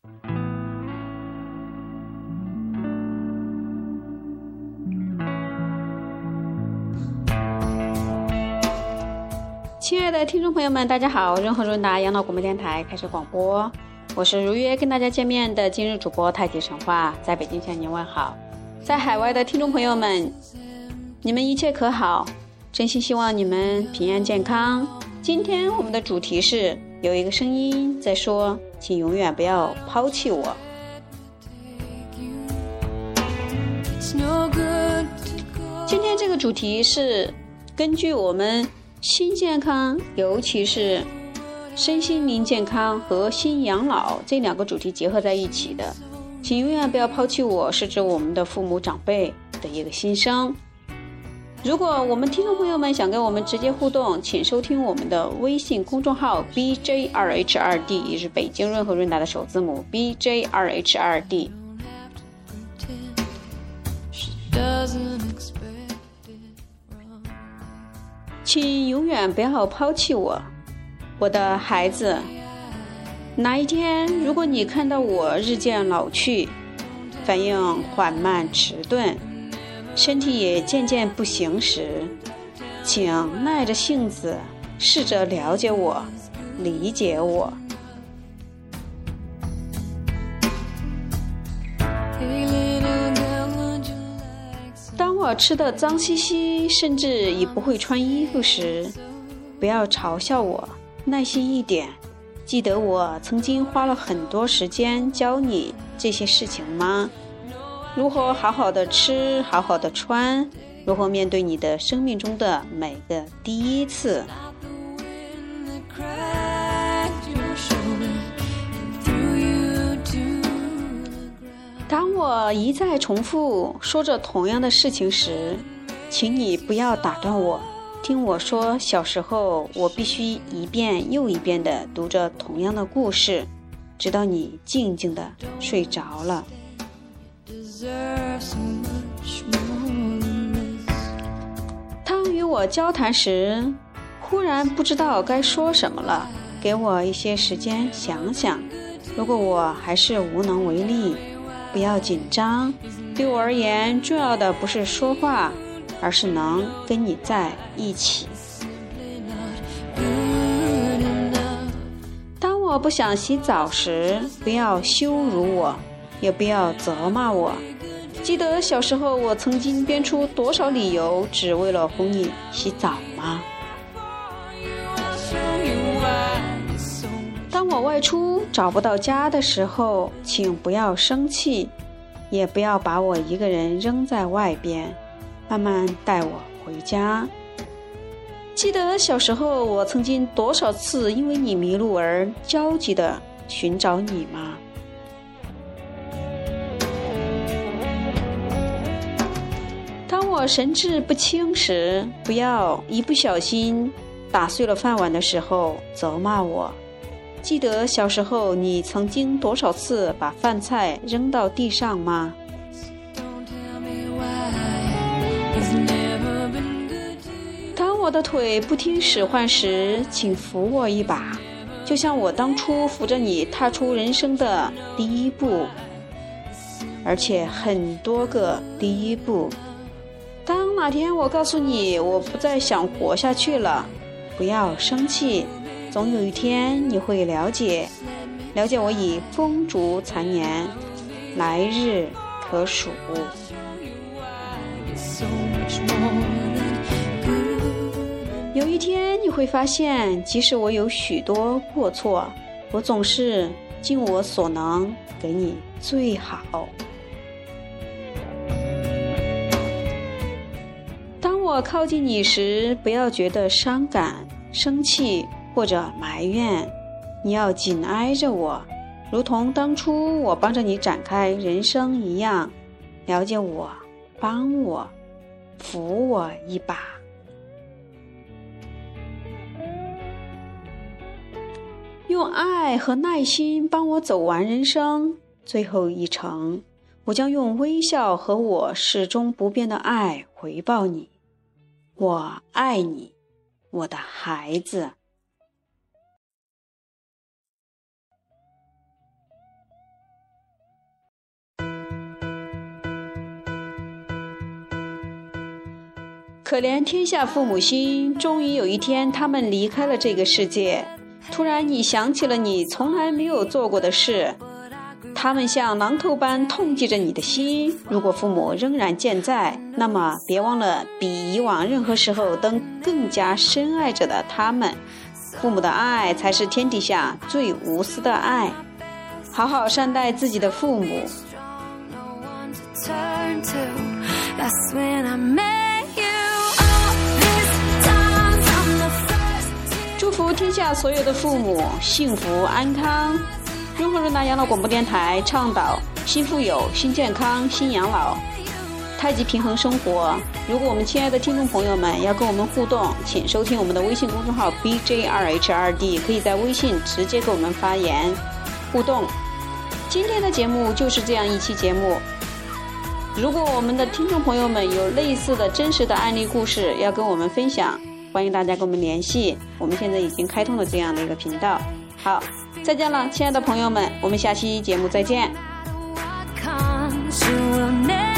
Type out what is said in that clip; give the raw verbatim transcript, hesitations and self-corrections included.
亲爱的听众朋友们，大家好，润和润达养老广播电台开始广播，我是如约跟大家见面的今日主播太极神话，在北京向您问好。在海外的听众朋友们，你们一切可好？真心希望你们平安健康。今天我们的主题是有一个声音在说，请永远不要抛弃我。今天这个主题是根据我们心健康，尤其是身心灵健康和新养老这两个主题结合在一起的。请永远不要抛弃我，是指我们的父母长辈的一个心声。如果我们听众朋友们想跟我们直接互动，请收听我们的微信公众号 B J 二 H 二 D， 也是北京润和润达的首字母 B J 二 H 二 D。 请永远不要抛弃我，我的孩子。哪一天如果你看到我日渐老去，反应缓慢迟钝，身体也渐渐不行时，请耐着性子试着了解我，理解我。当我吃得脏兮兮，甚至已不会穿衣服时，不要嘲笑我，耐心一点。记得我曾经花了很多时间教你这些事情吗？如何好好的吃，好好的穿，如何面对你的生命中的每个第一次。当我一再重复说着同样的事情时，请你不要打断我，听我说小时候我必须一遍又一遍地读着同样的故事，直到你静静地睡着了。当与我交谈时，忽然不知道该说什么了，给我一些时间想想。如果我还是无能为力，不要紧张，对我而言，重要的不是说话，而是能跟你在一起。当我不想洗澡时，不要羞辱我，也不要责骂我。记得小时候我曾经编出多少理由，只为了哄你洗澡吗？当我外出找不到家的时候，请不要生气，也不要把我一个人扔在外边，慢慢带我回家。记得小时候我曾经多少次因为你迷路而焦急地寻找你吗？当我神志不清时，不要一不小心打碎了饭碗的时候责骂我。记得小时候你曾经多少次把饭菜扔到地上吗？当我的腿不听使唤时，请扶我一把，就像我当初扶着你踏出人生的第一步，而且很多个第一步。当哪天我告诉你我不再想活下去了，不要生气，总有一天你会了解，了解我已风烛残年，来日可数。有一天你会发现，即使我有许多过错，我总是尽我所能给你最好。当我靠近你时，不要觉得伤感、生气或者埋怨，你要紧挨着我，如同当初我帮着你展开人生一样，了解我，帮我，扶我一把。用爱和耐心帮我走完人生最后一程，我将用微笑和我始终不变的爱回报你。我爱你，我的孩子。 可怜天下父母心，终于有一天他们离开了这个世界。突然你想起了你从来没有做过的事，他们像榔头般痛击着你的心。如果父母仍然健在，那么别忘了比以往任何时候都更加深爱着的他们。父母的爱才是天底下最无私的爱，好好善待自己的父母。祝福天下所有的父母幸福安康。润和润达养老广播电台倡导新富有、新健康、新养老，太极平衡生活。如果我们亲爱的听众朋友们要跟我们互动，请收听我们的微信公众号 B J 二 H 二 D， 可以在微信直接给我们发言互动。今天的节目就是这样一期节目。如果我们的听众朋友们有类似的真实的案例故事要跟我们分享，欢迎大家跟我们联系，我们现在已经开通了这样的一个频道。好，再见了，亲爱的朋友们，我们下期节目再见。